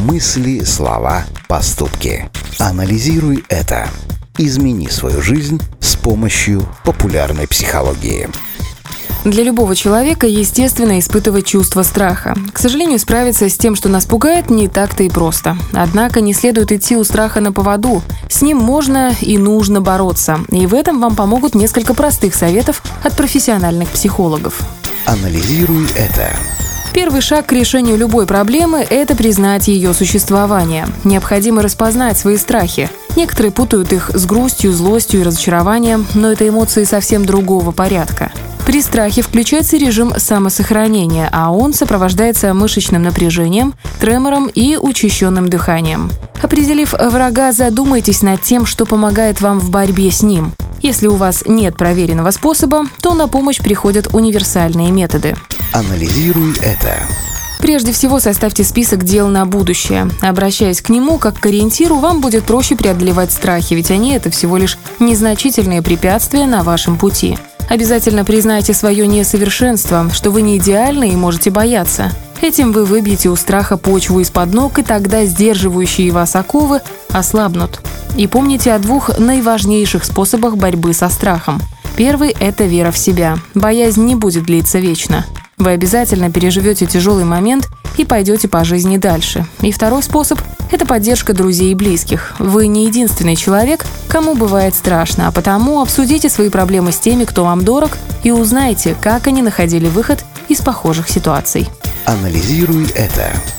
Мысли, слова, поступки. Анализируй это. Измени свою жизнь с помощью популярной психологии. Для любого человека естественно испытывать чувство страха. К сожалению, справиться с тем, что нас пугает, не так-то и просто. Однако не следует идти у страха на поводу. С ним можно и нужно бороться. И в этом вам помогут несколько простых советов от профессиональных психологов. Анализируй это. Первый шаг к решению любой проблемы – это признать ее существование. Необходимо распознать свои страхи. Некоторые путают их с грустью, злостью и разочарованием, но это эмоции совсем другого порядка. При страхе включается режим самосохранения, а он сопровождается мышечным напряжением, тремором и учащенным дыханием. Определив врага, задумайтесь над тем, что помогает вам в борьбе с ним. Если у вас нет проверенного способа, то на помощь приходят универсальные методы. Анализируй это. Прежде всего, составьте список дел на будущее. Обращаясь к нему как к ориентиру, вам будет проще преодолевать страхи, ведь они – это всего лишь незначительные препятствия на вашем пути. Обязательно признайте свое несовершенство, что вы не идеальны и можете бояться. Этим вы выбьете у страха почву из-под ног, и тогда сдерживающие вас оковы ослабнут. И помните о двух наиважнейших способах борьбы со страхом. Первый – это вера в себя. Боязнь не будет длиться вечно. Вы обязательно переживете тяжелый момент и пойдете по жизни дальше. И второй способ – это поддержка друзей и близких. Вы не единственный человек, кому бывает страшно, а потому обсудите свои проблемы с теми, кто вам дорог, и узнайте, как они находили выход из похожих ситуаций. Анализируй это.